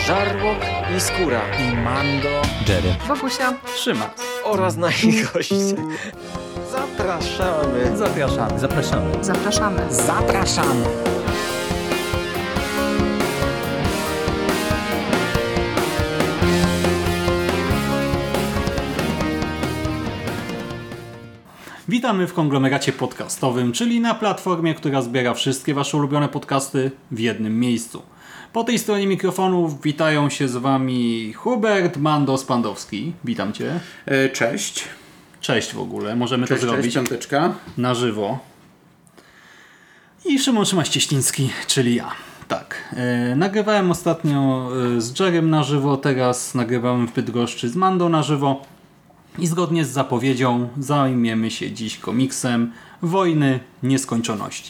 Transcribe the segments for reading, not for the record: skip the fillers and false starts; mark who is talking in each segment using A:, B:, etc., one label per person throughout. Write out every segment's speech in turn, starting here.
A: Żarłok i Skóra
B: i Mando,
C: Jerry,
D: Wokusia,
B: Szymas
A: oraz nasi goście. Zapraszamy.
B: Zapraszamy.
C: zapraszamy.
D: zapraszamy.
C: Zapraszamy.
B: Witamy w konglomeracie podcastowym, czyli na platformie, która zbiera wszystkie wasze ulubione podcasty w jednym miejscu. Po tej stronie mikrofonów witają się z wami Hubert Mando-Spandowski. Witam cię.
E: Cześć.
B: Cześć w ogóle. Możemy
E: Cześć,
B: to zrobić
E: piąteczka.
B: na żywo. I Szymon Szymaś-Cieśliński, czyli ja. Tak. Nagrywałem ostatnio z Jerrym na żywo, teraz nagrywałem w Bydgoszczy z Mando na żywo. I zgodnie z zapowiedzią zajmiemy się dziś komiksem Wojny Nieskończoności.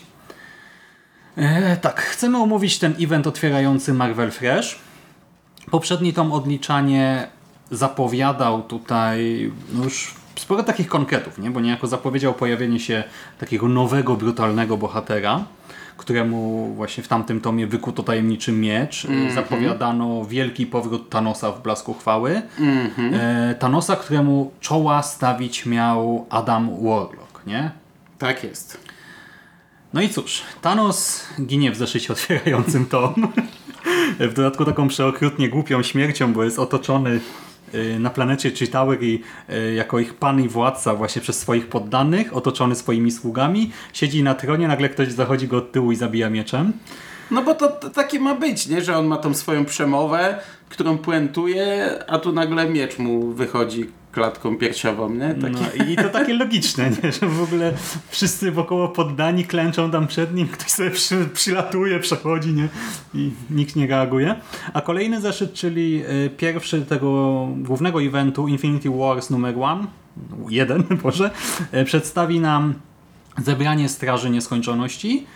B: Tak, chcemy omówić ten event otwierający Marvel Fresh. Poprzedni tom Odliczanie zapowiadał tutaj już sporo takich konkretów, nie? Bo niejako zapowiedział pojawienie się takiego nowego, brutalnego bohatera, któremu właśnie w tamtym tomie wykuto tajemniczy miecz. Zapowiadano wielki powrót Thanosa w Blasku Chwały. Thanosa, któremu czoła stawić miał Adam Warlock, nie?
E: Tak jest.
B: No i cóż, Thanos ginie w zeszycie otwierającym tom. W dodatku taką przeokrutnie głupią śmiercią, bo jest otoczony na planecie Chitauri jako ich pan i władca właśnie przez swoich poddanych, otoczony swoimi sługami, siedzi na tronie, nagle ktoś zachodzi go od tyłu i zabija mieczem.
E: No bo to takie ma być, nie? Że on ma tą swoją przemowę, którą puentuje, a tu nagle miecz mu wychodzi klatką piersiową, nie?
B: No, i to takie logiczne, nie? Że w ogóle wszyscy wokoło poddani klęczą tam przed nim, ktoś sobie przylatuje, przechodzi, nie? I nikt nie reaguje. A kolejny zeszyt, czyli pierwszy tego głównego eventu Infinity Wars numer 1, Boże, przedstawi nam zebranie Straży Nieskończoności,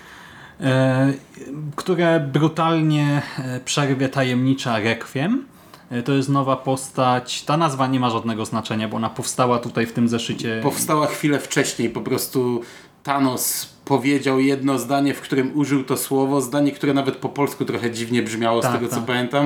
B: które brutalnie przerwie tajemnicza Requiem. To jest nowa postać. Ta nazwa nie ma żadnego znaczenia, bo ona powstała tutaj w tym zeszycie.
E: Powstała chwilę wcześniej. Po prostu Thanos powiedział jedno zdanie, w którym użył to słowo. Zdanie, które nawet po polsku trochę dziwnie brzmiało, z tego co pamiętam.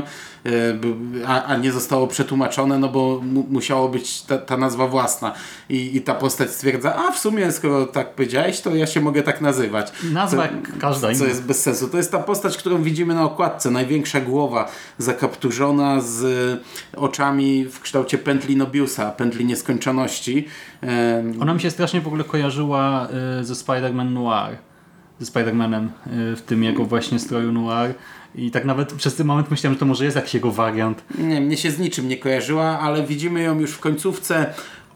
E: A nie zostało przetłumaczone, no bo musiało być ta nazwa własna. I ta postać stwierdza, a w sumie skoro tak powiedziałeś, to ja się mogę tak nazywać.
B: Nazwa jak każda inna.
E: Co jest bez sensu. To jest ta postać, którą widzimy na okładce. Największa głowa, zakapturzona z oczami w kształcie pętli Nobiusa, pętli nieskończoności.
B: Ona mi się strasznie w ogóle kojarzyła ze Spider-Man Noir. Ze Spider-Manem w tym jego właśnie stroju noir. I tak nawet przez ten moment myślałem, że to może jest jakiś jego wariant.
E: Nie, mnie się z niczym nie kojarzyła, ale widzimy ją już w końcówce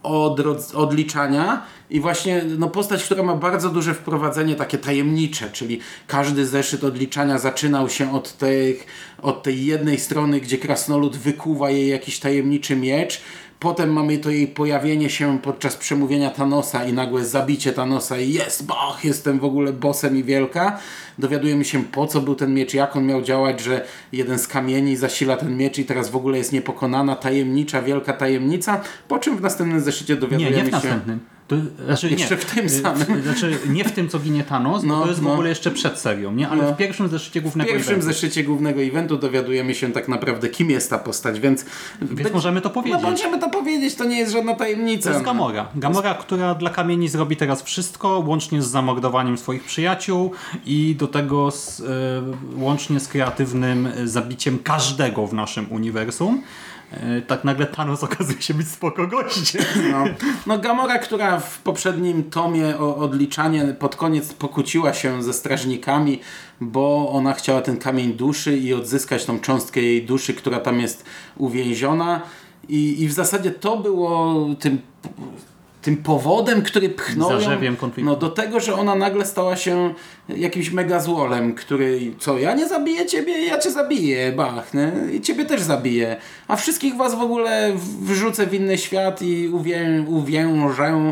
E: odliczania i właśnie postać, która ma bardzo duże wprowadzenie takie tajemnicze, czyli każdy zeszyt odliczania zaczynał się od tej jednej strony, gdzie krasnolud wykuwa jej jakiś tajemniczy miecz. Potem mamy to jej pojawienie się podczas przemówienia Thanosa i nagłe zabicie Thanosa i jestem w ogóle bossem i wielka. Dowiadujemy się, po co był ten miecz, jak on miał działać, że jeden z kamieni zasila ten miecz i teraz w ogóle jest niepokonana, tajemnicza, wielka tajemnica, po czym w następnym zeszycie dowiadujemy się...
B: Nie w następnym.
E: Jeszcze w tym samym.
B: Nie w tym, co ginie Thanos, bo to jest w ogóle jeszcze przed serią, nie? Ale w pierwszym zeszycie głównego eventu.
E: W pierwszym zeszycie głównego eventu dowiadujemy się tak naprawdę, kim jest ta postać, więc
B: możemy to powiedzieć.
E: No możemy to powiedzieć, to nie jest żadna tajemnica.
B: To jest Gamora. Gamora, która dla kamieni zrobi teraz wszystko, łącznie z zamordowaniem swoich przyjaciół i do tego łącznie z kreatywnym zabiciem każdego w naszym uniwersum. Tak nagle Thanos okazuje się być spoko gościem.
E: No Gamora, która w poprzednim tomie odliczanie pod koniec pokłóciła się ze strażnikami, bo ona chciała ten kamień duszy i odzyskać tą cząstkę jej duszy, która tam jest uwięziona. I w zasadzie to było tym powodem, który pchnął ją do tego, że ona nagle stała się jakimś megazłolem, który ja nie zabiję ciebie, ja cię zabiję, bach, nie? I ciebie też zabiję, a wszystkich was w ogóle wrzucę w inny świat i uwiężę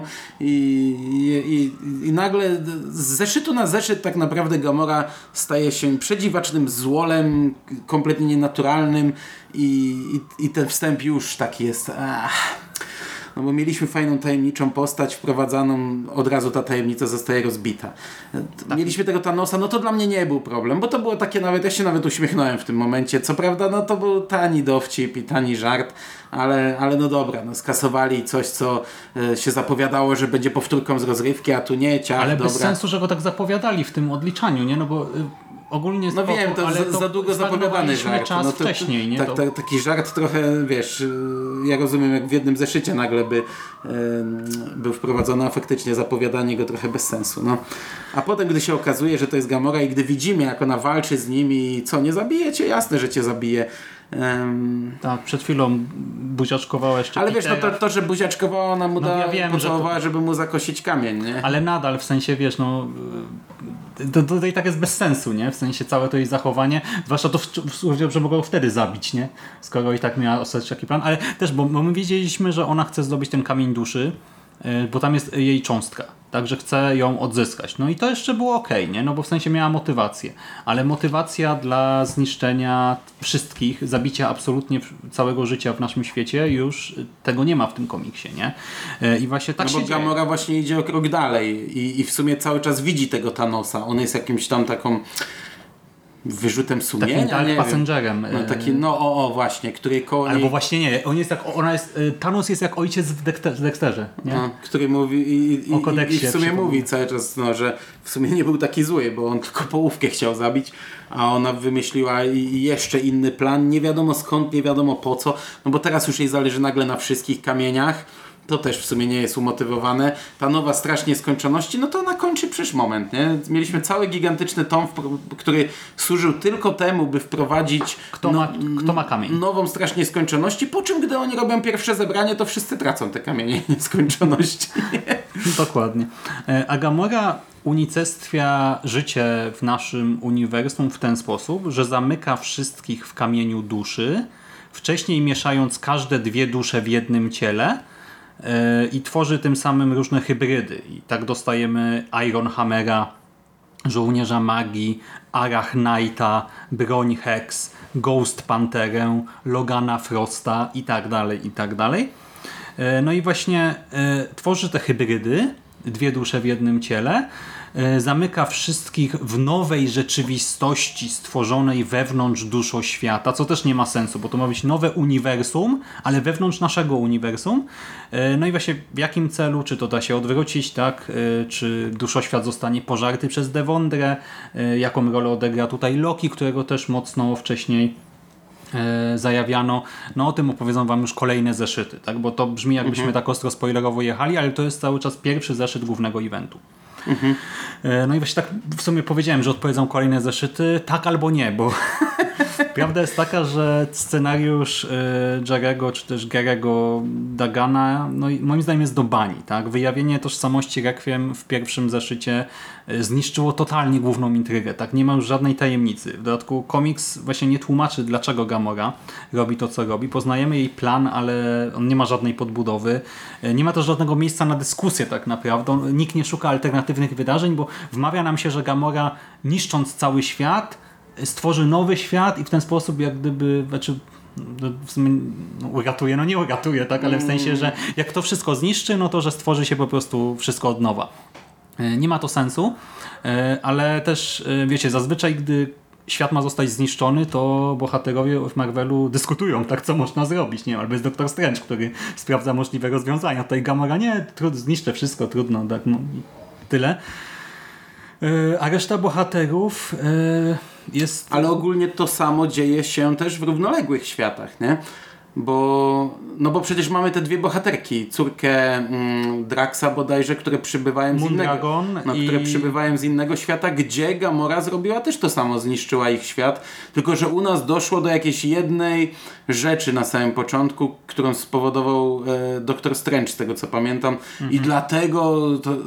E: i nagle z zeszytu na zeszyt tak naprawdę Gamora staje się przedziwacznym złolem, kompletnie nienaturalnym i ten wstęp już taki jest... no bo mieliśmy fajną, tajemniczą postać wprowadzaną, od razu ta tajemnica zostaje rozbita. Mieliśmy tego Thanosa, no to dla mnie nie był problem, bo to było takie nawet, ja się nawet uśmiechnąłem w tym momencie, co prawda, no to był tani dowcip i tani żart, ale no dobra, no skasowali coś, co się zapowiadało, że będzie powtórką z rozrywki, a tu nie, ciach,
B: Ale
E: dobra.
B: bez sensu, że go tak zapowiadali w tym odliczaniu, nie? No bo ogólnie
E: No
B: spoko,
E: wiem, to
B: ale
E: za długo zapowiadany żart.
B: czas
E: No
B: wcześniej, nie?
E: Taki żart trochę, wiesz, ja rozumiem, jak w jednym zeszycie nagle by był wprowadzony, a faktycznie zapowiadanie go trochę bez sensu. No. A potem, gdy się okazuje, że to jest Gamora i gdy widzimy, jak ona walczy z nimi, co, nie zabije cię? Jasne, że cię zabije.
B: Tak, przed chwilą buziaczkowała jeszcze
E: Ale wiesz,
B: Petera.
E: to, że buziaczkowała, ona mu
B: ja wiem,
E: pocałowała, żeby mu zakosić kamień, nie?
B: Ale nadal, w sensie, wiesz, no to i tak jest bez sensu, nie? W sensie całe to jej zachowanie, zwłaszcza to, że mogła go wtedy zabić, nie? Skoro i tak miała ostać taki plan, ale też, bo my wiedzieliśmy, że ona chce zdobyć ten kamień duszy, bo tam jest jej cząstka, także chce ją odzyskać. No i to jeszcze było okej, nie? No bo w sensie miała motywację, ale motywacja dla zniszczenia wszystkich, zabicia absolutnie całego życia w naszym świecie, już tego nie ma w tym komiksie, nie? I właśnie tak
E: No
B: się
E: bo
B: dzieje.
E: Gamora właśnie idzie o krok dalej i w sumie cały czas widzi tego Thanosa. On jest jakimś tam taką wyrzutem sumienia,
B: Takim
E: nie
B: Dark
E: wiem.
B: Passengerem.
E: No taki, no właśnie, który koło niej...
B: Albo właśnie nie, on jest jak, ona jest, Thanos jest jak ojciec w Dexterze, nie?
E: No, który mówi
B: O
E: i
B: kodeksie
E: w sumie
B: przypomnę.
E: mówi cały czas, no, że w sumie nie był taki zły, bo on tylko połówkę chciał zabić, a ona wymyśliła i jeszcze inny plan, nie wiadomo skąd, nie wiadomo po co, no bo teraz już jej zależy nagle na wszystkich kamieniach. To też w sumie nie jest umotywowane. Ta nowa straż nieskończoności, no to ona kończy przecież moment, nie? Mieliśmy cały gigantyczny tom, który służył tylko temu, by wprowadzić
B: Kto ma kamień?
E: nową straż nieskończoności, po czym gdy oni robią pierwsze zebranie, to wszyscy tracą te kamienie nieskończoności.
B: Dokładnie. A Gamora unicestwia życie w naszym uniwersum w ten sposób, że zamyka wszystkich w kamieniu duszy, wcześniej mieszając każde dwie dusze w jednym ciele, i tworzy tym samym różne hybrydy. I tak dostajemy Iron Hammera, żołnierza magii, Arachnite'a, broń Hex, Ghost Pantherę, Logana Frosta i tak dalej, i tak dalej. No i właśnie tworzy te hybrydy, dwie dusze w jednym ciele, zamyka wszystkich w nowej rzeczywistości stworzonej wewnątrz duszoświata, co też nie ma sensu, bo to ma być nowe uniwersum, ale wewnątrz naszego uniwersum. No i właśnie w jakim celu, czy to da się odwrócić, tak? Czy duszoświat zostanie pożarty przez Devondrę, jaką rolę odegra tutaj Loki, którego też mocno wcześniej zajawiano. No o tym opowiedzą wam już kolejne zeszyty, tak? Bo to brzmi jakbyśmy tak ostro spoilerowo jechali, ale to jest cały czas pierwszy zeszyt głównego eventu. No i właśnie tak w sumie powiedziałem, że odpowiedzą kolejne zeszyty, tak albo nie, bo prawda jest taka, że scenariusz Jarego czy też Garego Dagana, no i moim zdaniem jest do bani, tak? Wyjawienie tożsamości Requiem w pierwszym zeszycie zniszczyło totalnie główną intrygę, tak? Nie ma już żadnej tajemnicy. W dodatku komiks właśnie nie tłumaczy, dlaczego Gamora robi to, co robi. Poznajemy jej plan, ale on nie ma żadnej podbudowy. Nie ma też żadnego miejsca na dyskusję tak naprawdę. Nikt nie szuka alternatywnych wydarzeń, bo wmawia nam się, że Gamora, niszcząc cały świat, stworzy nowy świat i w ten sposób jak gdyby, w sumie uratuje, no nie uratuje, tak, ale w sensie, że jak to wszystko zniszczy, no to, że stworzy się po prostu wszystko od nowa. Nie ma to sensu, ale też wiecie, zazwyczaj gdy świat ma zostać zniszczony, to bohaterowie w Marvelu dyskutują, tak, co można zrobić, nie wiem, albo jest Doktor Strange, który sprawdza możliwe rozwiązania. Tutaj Gamora, nie, zniszczę wszystko, trudno, tak, no, tyle. A reszta bohaterów jest...
E: Ale ogólnie to samo dzieje się też w równoległych światach, nie? Bo przecież mamy te dwie bohaterki, córkę Draxa bodajże, które przybywają które przybywają z innego świata, gdzie Gamora zrobiła też to samo, zniszczyła ich świat, tylko że u nas doszło do jakiejś jednej rzeczy na samym początku, którą spowodował Doktor Strange, z tego co pamiętam, i dlatego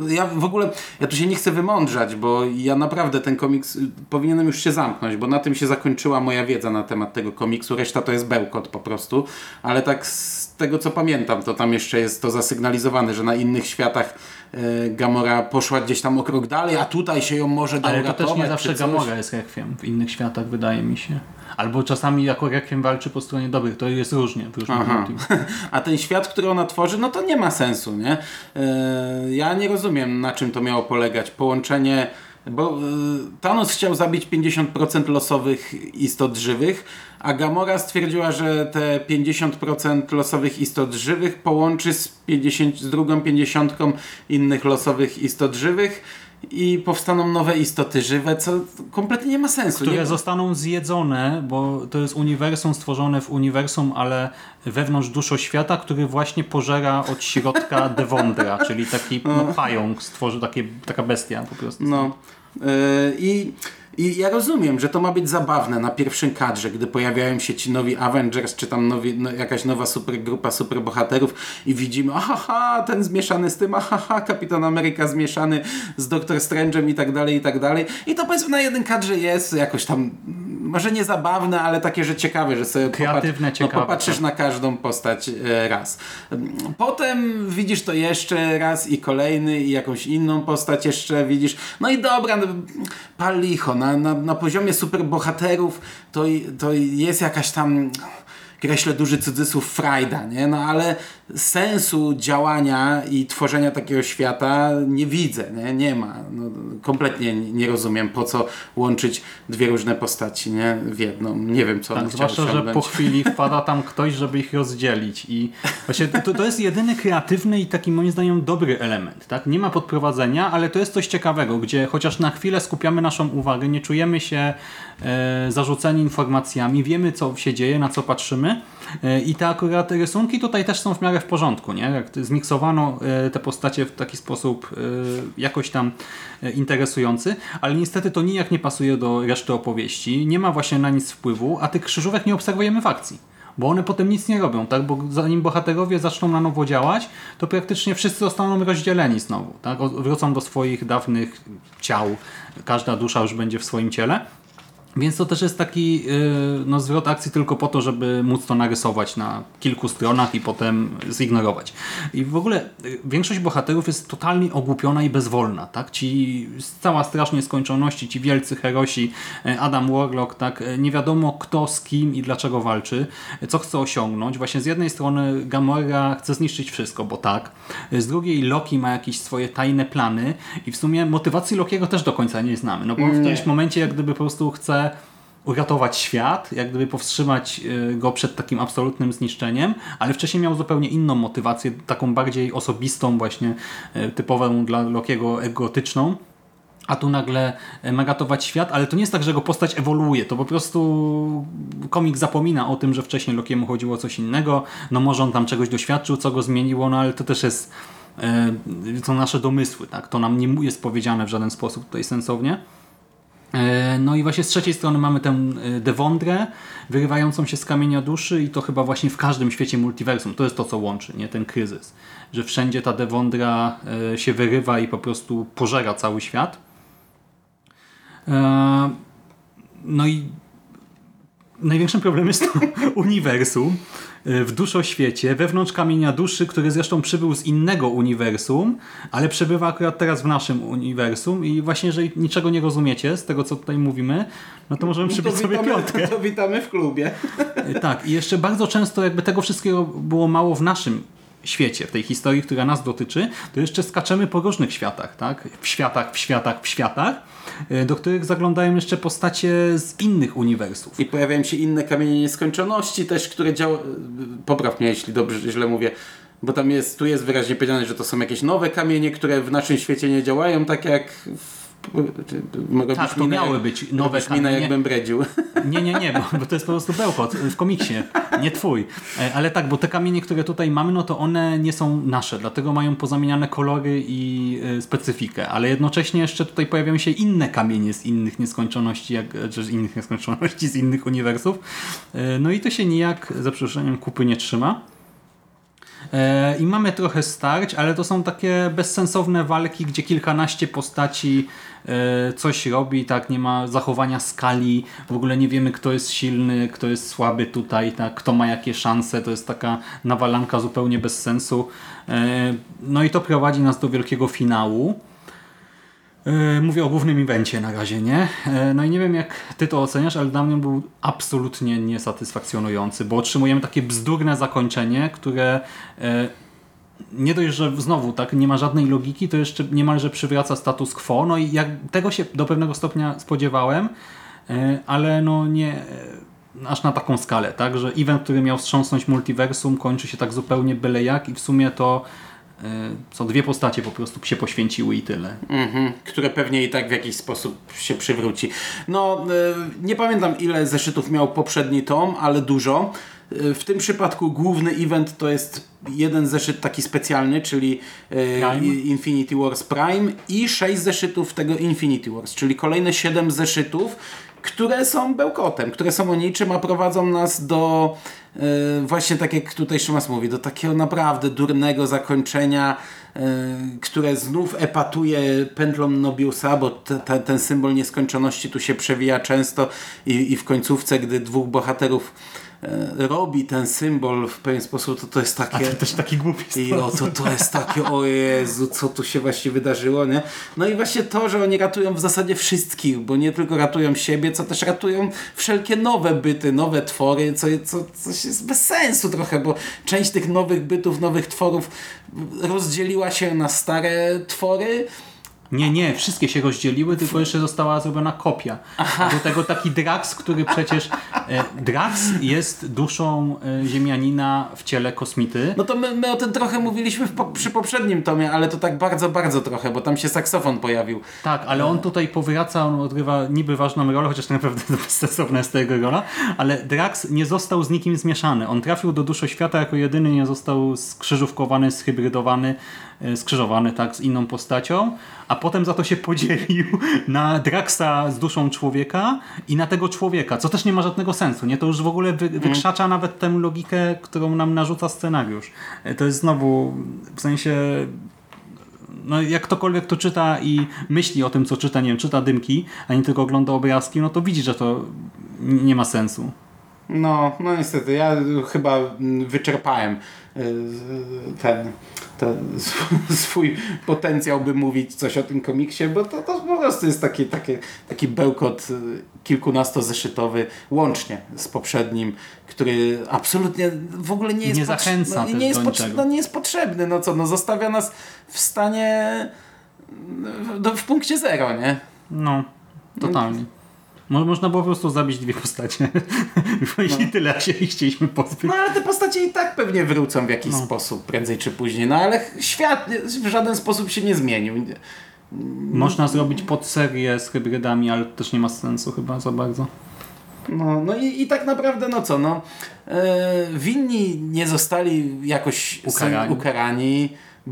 E: ja tu się nie chcę wymądrzać, bo ja naprawdę ten komiks powinienem już się zamknąć, bo na tym się zakończyła moja wiedza na temat tego komiksu, reszta to jest bełkot po prostu. ale tak z tego co pamiętam, to tam jeszcze jest to zasygnalizowane, że na innych światach Gamora poszła gdzieś tam o krok dalej, a tutaj się ją może da
B: Ale to
E: uratować,
B: też nie zawsze
E: czy coś.
B: Gamora jest Requiem w innych światach, wydaje mi się. Albo czasami jako Requiem walczy po stronie dobrych. To jest różnie w różnych multiversach.
E: A ten świat, który ona tworzy, no to nie ma sensu, nie? Ja nie rozumiem, na czym to miało polegać. Połączenie... Bo Thanos chciał zabić 50% losowych istot żywych, a Gamora stwierdziła, że te 50% losowych istot żywych połączy z drugą 50 innych losowych istot żywych i powstaną nowe istoty żywe, co kompletnie nie ma sensu.
B: Które
E: nie...
B: zostaną zjedzone, bo to jest uniwersum stworzone w uniwersum, ale wewnątrz duszoświata, który właśnie pożera od środka Devondra, czyli taki pająk stworzy, taka bestia po prostu.
E: No. I ja rozumiem, że to ma być zabawne na pierwszym kadrze, gdy pojawiają się ci nowi Avengers, czy tam jakaś nowa supergrupa superbohaterów i widzimy, aha, ten zmieszany z tym, aha, Kapitan Ameryka zmieszany z Doctor Strange'em i tak dalej, i tak dalej. I to powiedzmy na jednym kadrze jest jakoś tam, może nie zabawne, ale takie, że ciekawe, że sobie
B: kreatywne, ciekawe,
E: popatrzysz
B: tak.
E: na każdą postać raz. Potem widzisz to jeszcze raz i kolejny i jakąś inną postać jeszcze widzisz. No i dobra, pal licho. Na poziomie superbohaterów to jest jakaś tam, kreślę duży cudzysłów, frajda, nie? No ale sensu działania i tworzenia takiego świata nie widzę, nie ma. No, kompletnie nie rozumiem, po co łączyć dwie różne postaci, nie? W jedną. Nie wiem, co on
B: Tak,
E: chciał
B: zwłaszcza, że
E: osiągnąć.
B: po chwili wpada tam ktoś, żeby ich rozdzielić i właśnie to jest jedyny kreatywny i taki moim zdaniem dobry element, tak? Nie ma podprowadzenia, ale to jest coś ciekawego, gdzie chociaż na chwilę skupiamy naszą uwagę, nie czujemy się zarzuceni informacjami, wiemy co się dzieje, na co patrzymy i te akurat rysunki tutaj też są w miarę w porządku, nie? Jak zmiksowano te postacie w taki sposób jakoś tam interesujący, ale niestety to nijak nie pasuje do reszty opowieści, nie ma właśnie na nic wpływu, a tych krzyżówek nie obserwujemy w akcji. Bo one potem nic nie robią, tak? Bo zanim bohaterowie zaczną na nowo działać, to praktycznie wszyscy zostaną rozdzieleni znowu, tak? Wrócą do swoich dawnych ciał. Każda dusza już będzie w swoim ciele. Więc to też jest taki zwrot akcji tylko po to, żeby móc to narysować na kilku stronach i potem zignorować. I w ogóle większość bohaterów jest totalnie ogłupiona i bezwolna. Tak? Cała straż nieskończoności, ci wielcy herosi, Adam Warlock, tak? Nie wiadomo kto z kim i dlaczego walczy, co chce osiągnąć. Właśnie z jednej strony Gamora chce zniszczyć wszystko, bo tak. Z drugiej Loki ma jakieś swoje tajne plany i w sumie motywacji Lokiego też do końca nie znamy. No bo w którymś momencie jak gdyby po prostu chce uratować świat, jak gdyby powstrzymać go przed takim absolutnym zniszczeniem, ale wcześniej miał zupełnie inną motywację, taką bardziej osobistą, właśnie typową dla Lokiego, egotyczną, a tu nagle ma ratować świat, ale to nie jest tak, że jego postać ewoluuje, to po prostu komik zapomina o tym, że wcześniej Lokiemu chodziło o coś innego, no może on tam czegoś doświadczył, co go zmieniło, no ale to też jest są nasze domysły, tak? To nam nie jest powiedziane w żaden sposób tutaj sensownie. No i właśnie z trzeciej strony mamy tę Devondrę wyrywającą się z kamienia duszy i to chyba właśnie w każdym świecie multiversum. To jest to, co łączy, nie? Ten kryzys. Że wszędzie ta Devondra się wyrywa i po prostu pożera cały świat. No i największym problemem jest to uniwersum w duszoświecie, wewnątrz kamienia duszy, który zresztą przybył z innego uniwersum, ale przebywa akurat teraz w naszym uniwersum i właśnie jeżeli niczego nie rozumiecie z tego, co tutaj mówimy, no to możemy przybić sobie piątkę.
E: To witamy w klubie.
B: Tak, i jeszcze bardzo często jakby tego wszystkiego było mało w naszym świecie, w tej historii, która nas dotyczy, to jeszcze skaczemy po różnych światach, tak? W światach, do których zaglądają jeszcze postacie z innych uniwersów.
E: I pojawiają się inne kamienie nieskończoności też, które działają... Popraw mnie, jeśli dobrze, źle mówię. Bo tu jest wyraźnie powiedziane, że to są jakieś nowe kamienie, które w naszym świecie nie działają, tak jak
B: Tak, to miały być nowe kamienie.
E: Jakbym bredził.
B: Nie, bo to jest po prostu bełkot w komiksie, nie twój. Ale tak, bo te kamienie, które tutaj mamy, no to one nie są nasze, dlatego mają pozamieniane kolory i specyfikę, ale jednocześnie jeszcze tutaj pojawiają się inne kamienie z innych nieskończoności, z innych uniwersów. No i to się nijak, za przeproszeniem, kupy nie trzyma. I mamy trochę starć, ale to są takie bezsensowne walki, gdzie kilkanaście postaci coś robi, tak, nie ma zachowania skali, w ogóle nie wiemy, kto jest silny, kto jest słaby tutaj, tak, kto ma jakie szanse, to jest taka nawalanka zupełnie bez sensu. No i to prowadzi nas do wielkiego finału. Mówię o głównym evencie na razie, nie? No i nie wiem, jak ty to oceniasz, ale dla mnie był absolutnie niesatysfakcjonujący, bo otrzymujemy takie bzdurne zakończenie, które nie dość, że znowu tak nie ma żadnej logiki, to jeszcze niemalże przywraca status quo. No i tego się do pewnego stopnia spodziewałem, ale no nie aż na taką skalę, tak? Że event, który miał wstrząsnąć multiversum, kończy się tak zupełnie byle jak i w sumie to co dwie postacie po prostu się poświęciły i tyle.
E: Które pewnie i tak w jakiś sposób się przywróci. No, nie pamiętam ile zeszytów miał poprzedni tom, ale dużo. W tym przypadku główny event to jest jeden zeszyt taki specjalny, czyli Infinity Wars Prime i 6 zeszytów tego Infinity Wars, czyli kolejne 7 zeszytów, które są bełkotem, które są o niczym, a prowadzą nas do właśnie tak jak tutaj Szymas mówi, do takiego naprawdę durnego zakończenia, które znów epatuje pętlą Nobiusa, bo ten symbol nieskończoności tu się przewija często i w końcówce, gdy dwóch bohaterów robi ten symbol w pewien sposób, to jest takie...
B: A to też taki głupi
E: I to jest takie, o Jezu, co tu się właśnie wydarzyło, nie? No i właśnie to, że oni ratują w zasadzie wszystkich, bo nie tylko ratują siebie, co też ratują wszelkie nowe byty, nowe twory, co jest bez sensu trochę, bo część tych nowych bytów, nowych tworów rozdzieliła się na stare twory.
B: Nie, wszystkie się rozdzieliły, tylko jeszcze została zrobiona kopia. Do tego taki Drax, który przecież... Drax jest duszą ziemianina w ciele kosmity.
E: No to my o tym trochę mówiliśmy przy poprzednim tomie, ale to tak bardzo, bardzo trochę, bo tam się saksofon pojawił.
B: Tak, ale on tutaj powraca, on odgrywa niby ważną rolę, chociaż tak naprawdę to bezsensowna jest ta jego rola, ale Drax nie został z nikim zmieszany. On trafił do duszoświata jako jedyny, nie został skrzyżówkowany, zhybrydowany, skrzyżowany tak, z inną postacią, a potem za to się podzielił na Draxa z duszą człowieka i na tego człowieka, co też nie ma żadnego sensu. Nie? To już w ogóle wykrzacza nawet tę logikę, którą nam narzuca scenariusz. To jest znowu w sensie no jak ktokolwiek to czyta i myśli o tym, co czyta, nie wiem, czyta dymki, a nie tylko ogląda obrazki, no to widzi, że to nie ma sensu.
E: No niestety, ja chyba wyczerpałem ten swój potencjał, by mówić coś o tym komiksie, bo to po prostu jest taki bełkot kilkunastozeszytowy łącznie z poprzednim, który absolutnie w ogóle nie jest
B: nie zachęca
E: nie jest potrzebny. No co, no zostawia nas w stanie w punkcie zero, nie?
B: No, totalnie. Można było po prostu zabić dwie postacie. I tyle, jak się ich chcieliśmy pozbyć.
E: No ale te postacie i tak pewnie wrócą w jakiś sposób, prędzej czy później. No ale świat w żaden sposób się nie zmienił.
B: Można zrobić podserię z hybrydami, ale to też nie ma sensu chyba za bardzo.
E: No i tak naprawdę winni nie zostali jakoś ukarani,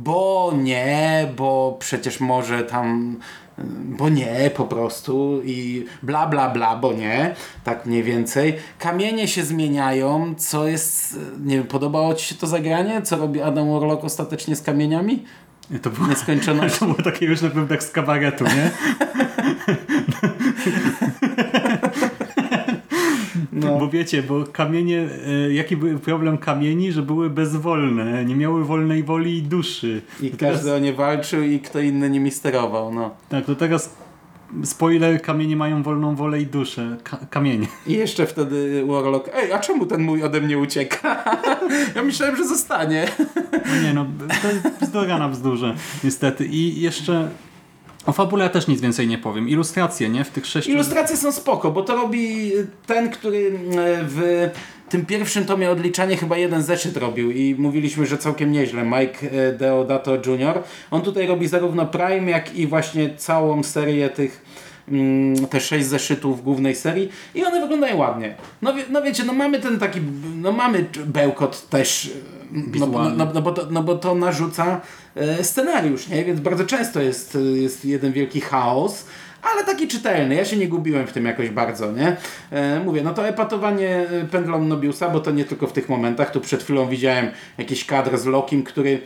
E: bo przecież może tam... Bo nie, po prostu i bla bla bla, bo nie, tak mniej więcej. Kamienie się zmieniają, co jest, nie wiem, podobało Ci się to zagranie? Co robi Adam Warlock ostatecznie z kamieniami?
B: To było,
E: nieskończoność.
B: To było takie już na pewno tak z kabaretu, nie? No. Bo wiecie, bo kamienie, jaki był problem kamieni, że były bezwolne, nie miały wolnej woli i duszy.
E: I każdy o nie walczył i kto inny nimi sterował, no.
B: Tak, to teraz spoiler, kamienie mają wolną wolę i duszę. Kamienie.
E: I jeszcze wtedy Warlock, a czemu ten mój ode mnie ucieka? Ja myślałem, że zostanie.
B: No nie, to jest bzdura na bzdurze, niestety. I jeszcze... O fabule ja też nic więcej nie powiem. Ilustracje, nie? W tych 6...
E: Ilustracje są spoko, bo to robi ten, który w tym pierwszym tomie Odliczanie chyba jeden zeszyt robił i mówiliśmy, że całkiem nieźle. Mike Deodato Jr. On tutaj robi zarówno Prime, jak i właśnie całą serię te 6 zeszytów głównej serii i one wyglądają ładnie. No wiecie, mamy ten taki, mamy bełkot też, bo to narzuca scenariusz, nie? Więc bardzo często jest jeden wielki chaos, ale taki czytelny. Ja się nie gubiłem w tym jakoś bardzo, nie? Mówię, no to epatowanie pętlą Nobiusa, bo to nie tylko w tych momentach. Tu przed chwilą widziałem jakiś kadr z Lokim, który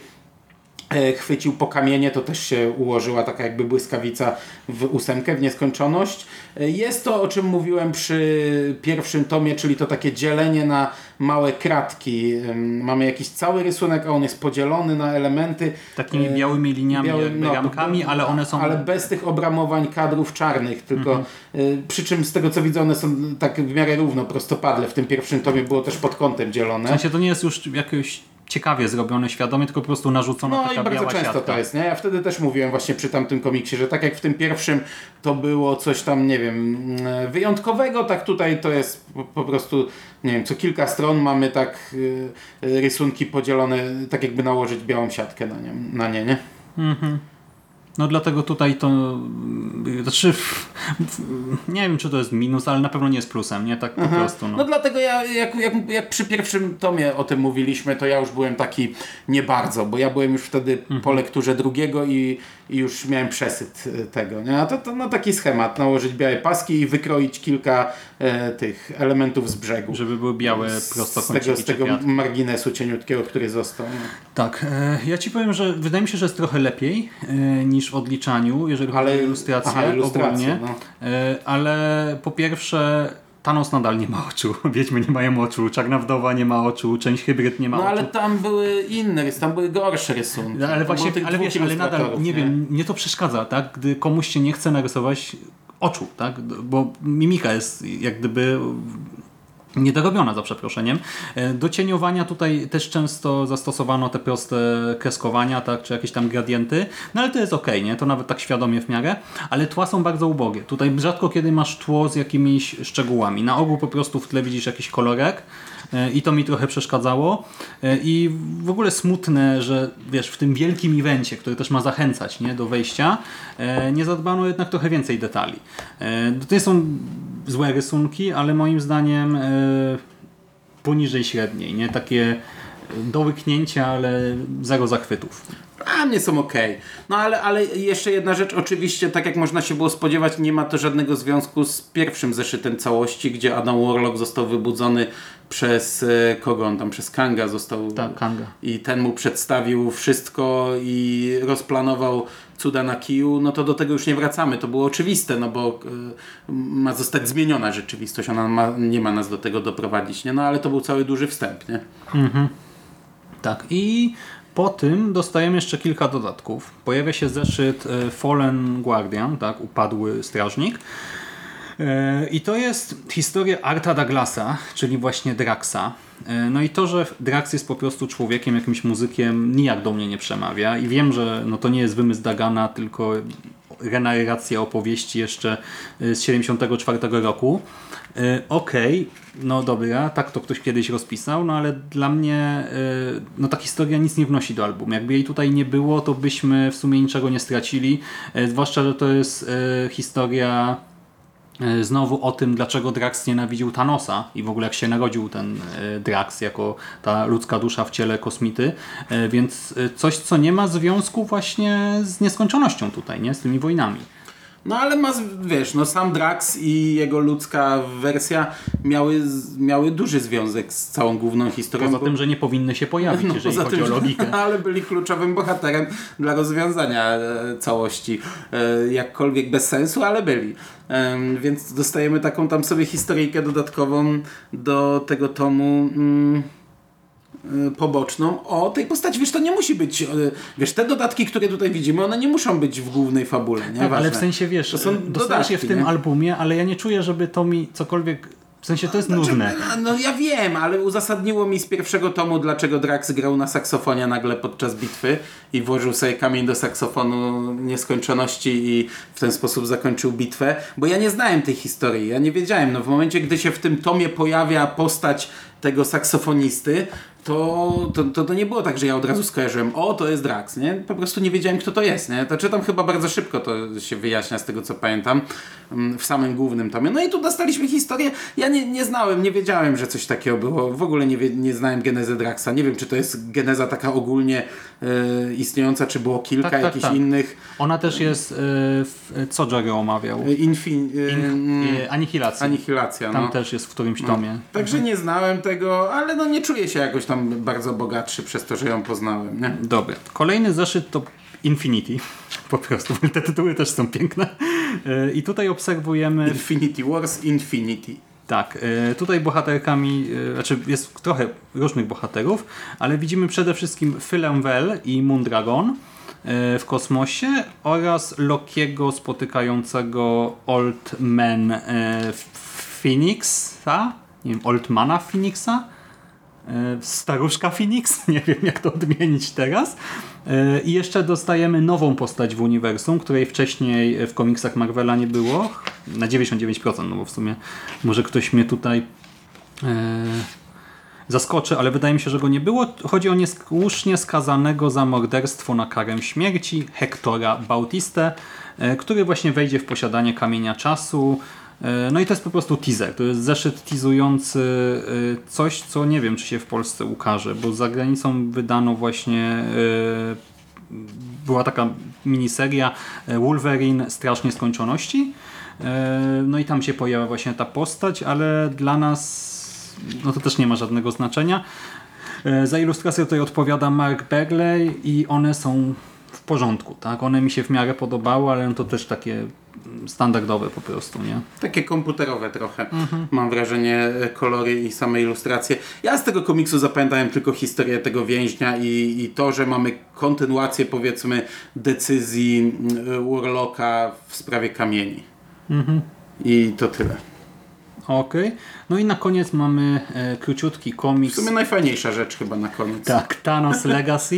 E: chwycił po kamienie, to też się ułożyła taka jakby błyskawica w 8, w nieskończoność. Jest to, o czym mówiłem przy pierwszym tomie, czyli to takie dzielenie na małe kratki. Mamy jakiś cały rysunek, a on jest podzielony na elementy.
B: Takimi białymi liniami, ramkami, ale one są...
E: Ale bez tych obramowań kadrów czarnych, tylko przy czym z tego co widzę, one są tak w miarę równo, prostopadle. W tym pierwszym tomie było też pod kątem dzielone.
B: W sensie to nie jest już jakieś ciekawie zrobione świadomie, tylko po prostu narzucono taka biała siatka. No i bardzo często
E: to jest, nie? Ja wtedy też mówiłem właśnie przy tamtym komiksie, że tak jak w tym pierwszym to było coś tam, nie wiem, wyjątkowego, tak tutaj to jest po prostu, nie wiem, co kilka stron mamy tak rysunki podzielone, tak jakby nałożyć białą siatkę na nie, nie?
B: Mhm. No dlatego tutaj to, znaczy, nie wiem czy to jest minus, ale na pewno nie jest plusem, nie? Tak po prostu.
E: No dlatego ja, jak przy pierwszym tomie o tym mówiliśmy, to ja już byłem taki nie bardzo, bo ja byłem już wtedy po lekturze drugiego i już miałem przesyt tego, nie? A to no, taki schemat, nałożyć białe paski i wykroić kilka tych elementów z brzegu.
B: Żeby były białe prostokąciki
E: z tego marginesu cieniutkiego, który został. Nie?
B: Tak, ja Ci powiem, że wydaje mi się, że jest trochę lepiej niż w odliczaniu, jeżeli chodzi o ilustrację ogólnie. No. Ale po pierwsze Thanos nadal nie ma oczu, Wiedźmy nie mają oczu, Czarna Wdowa nie ma oczu, część Hybryd nie ma oczu.
E: No ale tam były inne, tam były gorsze rysunki.
B: No, ale właśnie, ale wiesz, ale nadal, nie wiem, mnie to przeszkadza, tak? Gdy komuś się nie chce narysować oczu, tak? Bo mimika jest jak gdyby niedorobiona, za przeproszeniem. Do cieniowania tutaj też często zastosowano te proste kreskowania, tak, czy jakieś tam gradienty, no ale to jest okej, nie? To nawet tak świadomie w miarę, ale tła są bardzo ubogie. Tutaj rzadko kiedy masz tło z jakimiś szczegółami. Na ogół po prostu w tle widzisz jakiś kolorek i to mi trochę przeszkadzało. I w ogóle smutne, że wiesz, w tym wielkim evencie, który też ma zachęcać, nie, do wejścia, nie zadbano jednak trochę więcej detali. To nie są złe rysunki, ale moim zdaniem poniżej średniej, nie? Takie do łyknięcia, ale zero zachwytów.
E: A mnie są okej. No ale jeszcze jedna rzecz, oczywiście, tak jak można się było spodziewać, nie ma to żadnego związku z pierwszym zeszytem całości, gdzie Adam Warlock został wybudzony przez kogo on tam, przez Kanga został.
B: Tak, Kanga.
E: I ten mu przedstawił wszystko i rozplanował cuda na kiju, no to do tego już nie wracamy. To było oczywiste, no bo ma zostać zmieniona rzeczywistość, ona nie ma nas do tego doprowadzić, nie? No ale to był cały duży wstęp, nie?
B: Mhm. Tak, i po tym dostajemy jeszcze kilka dodatków. Pojawia się zeszyt Fallen Guardian, tak, upadły strażnik. I to jest historia Arta Douglasa, czyli właśnie Draxa. No i to, że Drax jest po prostu człowiekiem, jakimś muzykiem, nijak do mnie nie przemawia. I wiem, że no to nie jest wymysł Dagana, tylko renarracja opowieści jeszcze z 74 roku. Okej, no dobra, tak to ktoś kiedyś rozpisał, no ale dla mnie no ta historia nic nie wnosi do albumu. Jakby jej tutaj nie było, to byśmy w sumie niczego nie stracili. Zwłaszcza, że to jest historia znowu o tym, dlaczego Drax nienawidził Thanosa i w ogóle jak się narodził ten Drax jako ta ludzka dusza w ciele kosmity, więc coś, co nie ma związku właśnie z nieskończonością tutaj, nie? Z tymi wojnami.
E: No ale wiesz, no sam Drax i jego ludzka wersja miały duży związek z całą główną historią.
B: Poza tym, że nie powinny się pojawić,
E: no,
B: jeżeli chodzi o logikę.
E: Ale byli kluczowym bohaterem dla rozwiązania całości. Jakkolwiek bez sensu, ale byli. Więc dostajemy taką tam sobie historyjkę dodatkową do tego tomu poboczną o tej postaci. Wiesz, to nie musi być, wiesz, te dodatki, które tutaj widzimy, one nie muszą być w głównej fabule, nie?
B: Tak, ale w sensie, wiesz,
E: to są
B: dostajesz je w tym albumie, ale ja nie czuję, żeby to mi cokolwiek, w sensie to jest nudne.
E: No ja wiem, ale uzasadniło mi z pierwszego tomu, dlaczego Drax grał na saksofonie nagle podczas bitwy i włożył sobie kamień do saksofonu nieskończoności i w ten sposób zakończył bitwę, bo ja nie znałem tej historii, ja nie wiedziałem, no w momencie, gdy się w tym tomie pojawia postać tego saksofonisty, to nie było tak, że ja od razu skojarzyłem, o, to jest Drax, nie? Po prostu nie wiedziałem, kto to jest, nie? To czytam chyba bardzo szybko, to się wyjaśnia z tego, co pamiętam, w samym głównym tomie. No i tu dostaliśmy historię, ja nie znałem, nie wiedziałem, że coś takiego było, w ogóle nie znałem genezy Draxa, nie wiem, czy to jest geneza taka ogólnie istniejąca, czy było kilka jakichś innych.
B: Ona też jest, co Jerry omawiał? Anihilacja.
E: Anihilacja,
B: Tam też jest w którymś tomie.
E: Także nie znałem tego, ale no nie czuję się jakoś tam bardzo bogatszy przez to, że ją poznałem, nie?
B: Dobra. Kolejny zeszyt to Infinity. Po prostu. Te tytuły też są piękne. I tutaj obserwujemy...
E: Infinity Wars, Infinity.
B: Tak, tutaj bohaterkami, znaczy jest trochę różnych bohaterów, ale widzimy przede wszystkim Philę Well i Moondragon w kosmosie oraz Lokiego spotykającego Old Man Phoenixa, nie wiem, Oldmana Phoenixa? Staruszka Phoenix, nie wiem jak to odmienić teraz. I jeszcze dostajemy nową postać w uniwersum, której wcześniej w komiksach Marvela nie było. Na 99%, no bo w sumie może ktoś mnie tutaj zaskoczy, ale wydaje mi się, że go nie było. Chodzi o niesłusznie skazanego za morderstwo na karę śmierci Hectora Bautistę, który właśnie wejdzie w posiadanie Kamienia Czasu. No i to jest po prostu teaser. To jest zeszyt teasujący coś, co nie wiem, czy się w Polsce ukaże, bo za granicą wydano właśnie była taka miniseria Wolverine Straż Nieskończoności. No i tam się pojawia właśnie ta postać, ale dla nas no to też nie ma żadnego znaczenia. Za ilustrację tutaj odpowiada Mark Bagley i one są w porządku, tak? One mi się w miarę podobały, ale to też takie standardowe po prostu, nie?
E: Takie komputerowe trochę. Mam wrażenie, kolory i same ilustracje. Ja z tego komiksu zapamiętałem tylko historię tego więźnia i to, że mamy kontynuację, powiedzmy, decyzji Warlocka w sprawie kamieni. I to tyle.
B: Okej. No i na koniec mamy króciutki komiks.
E: W sumie najfajniejsza rzecz chyba na koniec.
B: Tak, Thanos Legacy.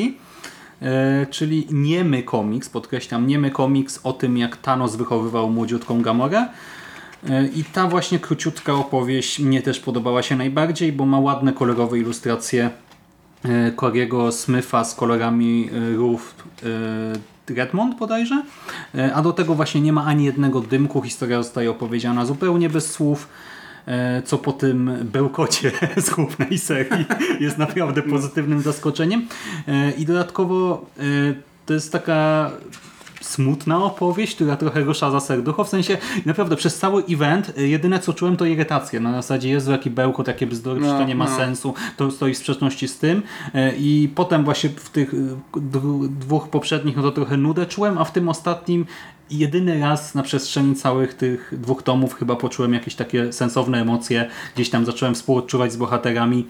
B: Czyli niemy komiks, podkreślam, niemy komiks o tym, jak Thanos wychowywał młodziutką Gamorę. I ta właśnie króciutka opowieść mnie też podobała się najbardziej, bo ma ładne kolorowe ilustracje Cory'ego Smitha z kolorami Ruth Redmond bodajże. A do tego właśnie nie ma ani jednego dymku, historia zostaje opowiedziana zupełnie bez słów, co po tym bełkocie z głównej serii jest naprawdę pozytywnym zaskoczeniem. I dodatkowo to jest taka smutna opowieść, która trochę rusza za serducho, w sensie naprawdę przez cały event jedyne co czułem to irytację. Na zasadzie Jezu, jaki bełkot, takie bzdury, to nie ma sensu, to stoi w sprzeczności z tym. I potem właśnie w tych dwóch poprzednich no to trochę nudę czułem, a w tym ostatnim jedyny raz na przestrzeni całych tych 2 tomów chyba poczułem jakieś takie sensowne emocje. Gdzieś tam zacząłem współodczuwać z bohaterami.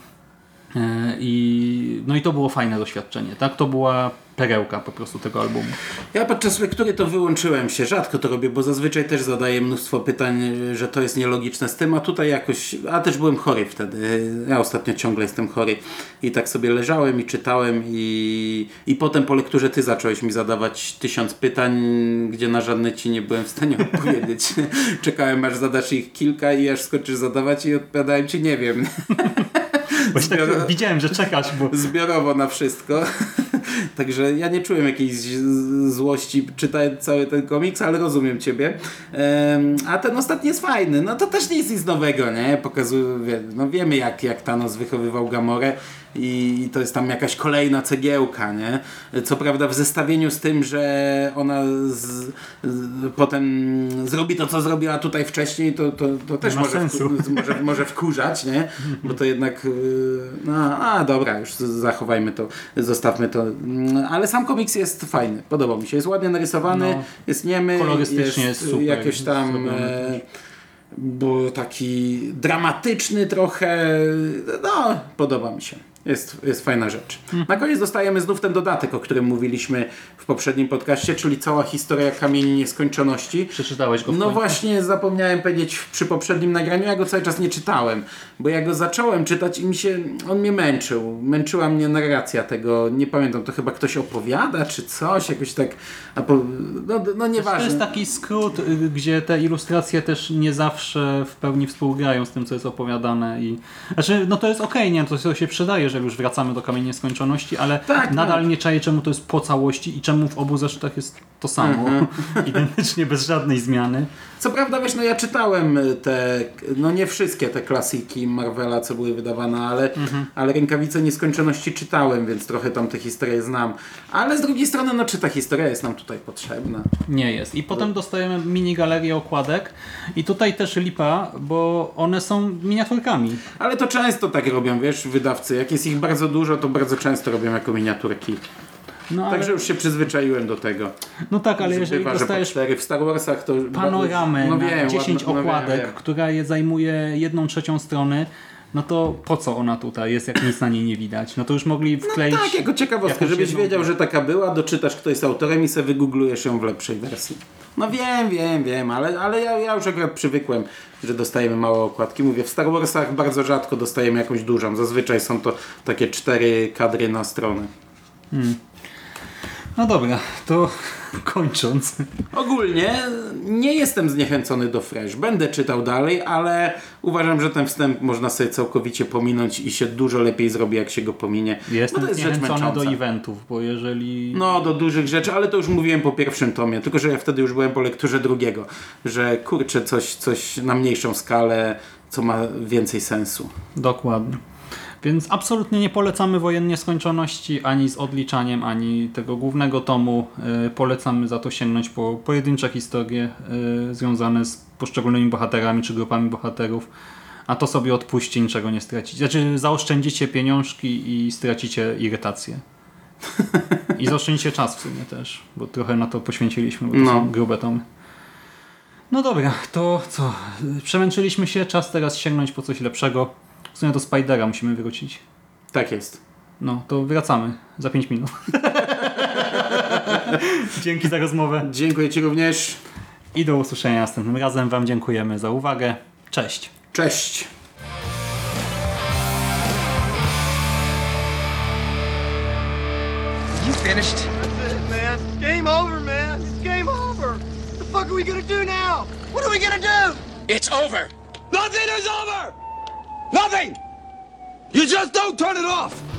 B: No i to było fajne doświadczenie. Tak? To była perełka po prostu tego albumu.
E: Ja podczas lektury to wyłączyłem się. Rzadko to robię, bo zazwyczaj też zadaję mnóstwo pytań, że to jest nielogiczne z tym, a tutaj jakoś... A też byłem chory wtedy. Ja ostatnio ciągle jestem chory. I tak sobie leżałem i czytałem i potem po lekturze ty zacząłeś mi zadawać 1000 pytań, gdzie na żadne ci nie byłem w stanie odpowiedzieć. Czekałem aż zadasz ich kilka i aż skończysz zadawać i odpowiadałem ci nie wiem.
B: Tak widziałem, że czekasz, bo...
E: Zbiorowo na wszystko. Także ja nie czułem jakiejś złości czytając cały ten komiks, ale rozumiem ciebie. A ten ostatni jest fajny. No to też nie jest nic nowego, nie? Pokazuje, no wiemy jak Thanos wychowywał Gamorę i to jest tam jakaś kolejna cegiełka, nie? Co prawda w zestawieniu z tym, że ona potem zrobi to, co zrobiła tutaj wcześniej, to też może wkurzać, nie? Bo to jednak dobra, już zachowajmy to, zostawmy to. Ale sam komiks jest fajny, podobał mi się. Jest ładnie narysowany, jest niemy,
B: kolorystycznie jest super,
E: jakoś tam bo taki dramatyczny trochę, no podoba mi się. Jest fajna rzecz. Na koniec dostajemy znów ten dodatek, o którym mówiliśmy w poprzednim podcaście, czyli cała historia Kamieni Nieskończoności.
B: Przeczytałeś go w
E: No
B: końcu?
E: właśnie, zapomniałem powiedzieć przy poprzednim nagraniu, ja go cały czas nie czytałem, bo ja go zacząłem czytać i on mnie męczył. Męczyła mnie narracja tego, nie pamiętam, to chyba ktoś opowiada, czy coś, jakoś tak, no nieważne.
B: To jest taki skrót, gdzie te ilustracje też nie zawsze w pełni współgrają z tym, co jest opowiadane i... Znaczy, no to jest okej, nie? To się przydaje, że już wracamy do Kamieni Nieskończoności, ale nadal nie czaję, czemu to jest po całości i czemu w obu zeszytach jest to samo. Identycznie, bez żadnej zmiany.
E: Co prawda, wiesz, no ja czytałem no nie wszystkie te klasyki Marvela, co były wydawane, ale Rękawice Nieskończoności czytałem, więc trochę tam tę historię znam. Ale z drugiej strony, no czy ta historia jest nam tutaj potrzebna?
B: Nie jest. I potem dostajemy mini galerię okładek i tutaj też lipa, bo one są miniaturkami.
E: Ale to często tak robią, wiesz, wydawcy. Jak jest ich bardzo dużo, to bardzo często robią jako miniaturki.
B: No,
E: Także już się przyzwyczaiłem do tego.
B: No tak, ale jeżeli
E: Bywa, że po
B: dostajesz
E: 4 w Star Warsach to...
B: panoramę
E: no
B: na
E: wiem,
B: 10
E: ładno,
B: okładek,
E: wiem.
B: która zajmuje 1/3 strony, no to po co ona tutaj jest, jak nic na niej nie widać? No to już mogli wkleić...
E: Tak, jako ciekawostkę,
B: jakąś
E: żebyś
B: jedną-
E: wiedział, że taka była, doczytasz, kto jest autorem i sobie wygooglujesz ją w lepszej wersji. No wiem, ale ja już akurat przywykłem, że dostajemy małe okładki. Mówię, w Star Warsach bardzo rzadko dostajemy jakąś dużą. Zazwyczaj są to takie 4 kadry na stronę.
B: No dobra, to kończąc.
E: Ogólnie nie jestem zniechęcony do Fresh. Będę czytał dalej, ale uważam, że ten wstęp można sobie całkowicie pominąć i się dużo lepiej zrobi, jak się go pominie.
B: Jestem
E: to jest rzecz
B: zniechęcony do
E: męcząca.
B: eventów, bo jeżeli...
E: No, do dużych rzeczy, ale to już mówiłem po pierwszym tomie, tylko że ja wtedy już byłem po lekturze drugiego, że kurczę, coś na mniejszą skalę, co ma więcej sensu.
B: Dokładnie. Więc absolutnie nie polecamy Wojen Nieskończoności ani z odliczaniem, ani tego głównego tomu. Polecamy za to sięgnąć po pojedyncze historie związane z poszczególnymi bohaterami czy grupami bohaterów. A to sobie odpuśćcie, niczego nie stracicie. Znaczy zaoszczędzicie pieniążki i stracicie irytację. I zaoszczędzicie czas w sumie też, bo trochę na to poświęciliśmy, bo to są grube tomy. No dobra, to co? Przemęczyliśmy się, czas teraz sięgnąć po coś lepszego. W sumie do Spidera musimy wrócić.
E: Tak jest.
B: No, to wracamy za 5 minut. Dzięki za rozmowę
E: Dziękuję Ci również.
B: i do usłyszenia następnym razem. Wam dziękujemy za uwagę. Cześć.
E: Cześć.
C: You finished?
D: That's it, man. Game over, man. It's game over. What the fuck are we gonna do now? What are we gonna do?
C: It's over.
D: Nothing is over! Nothing! You just don't turn it off!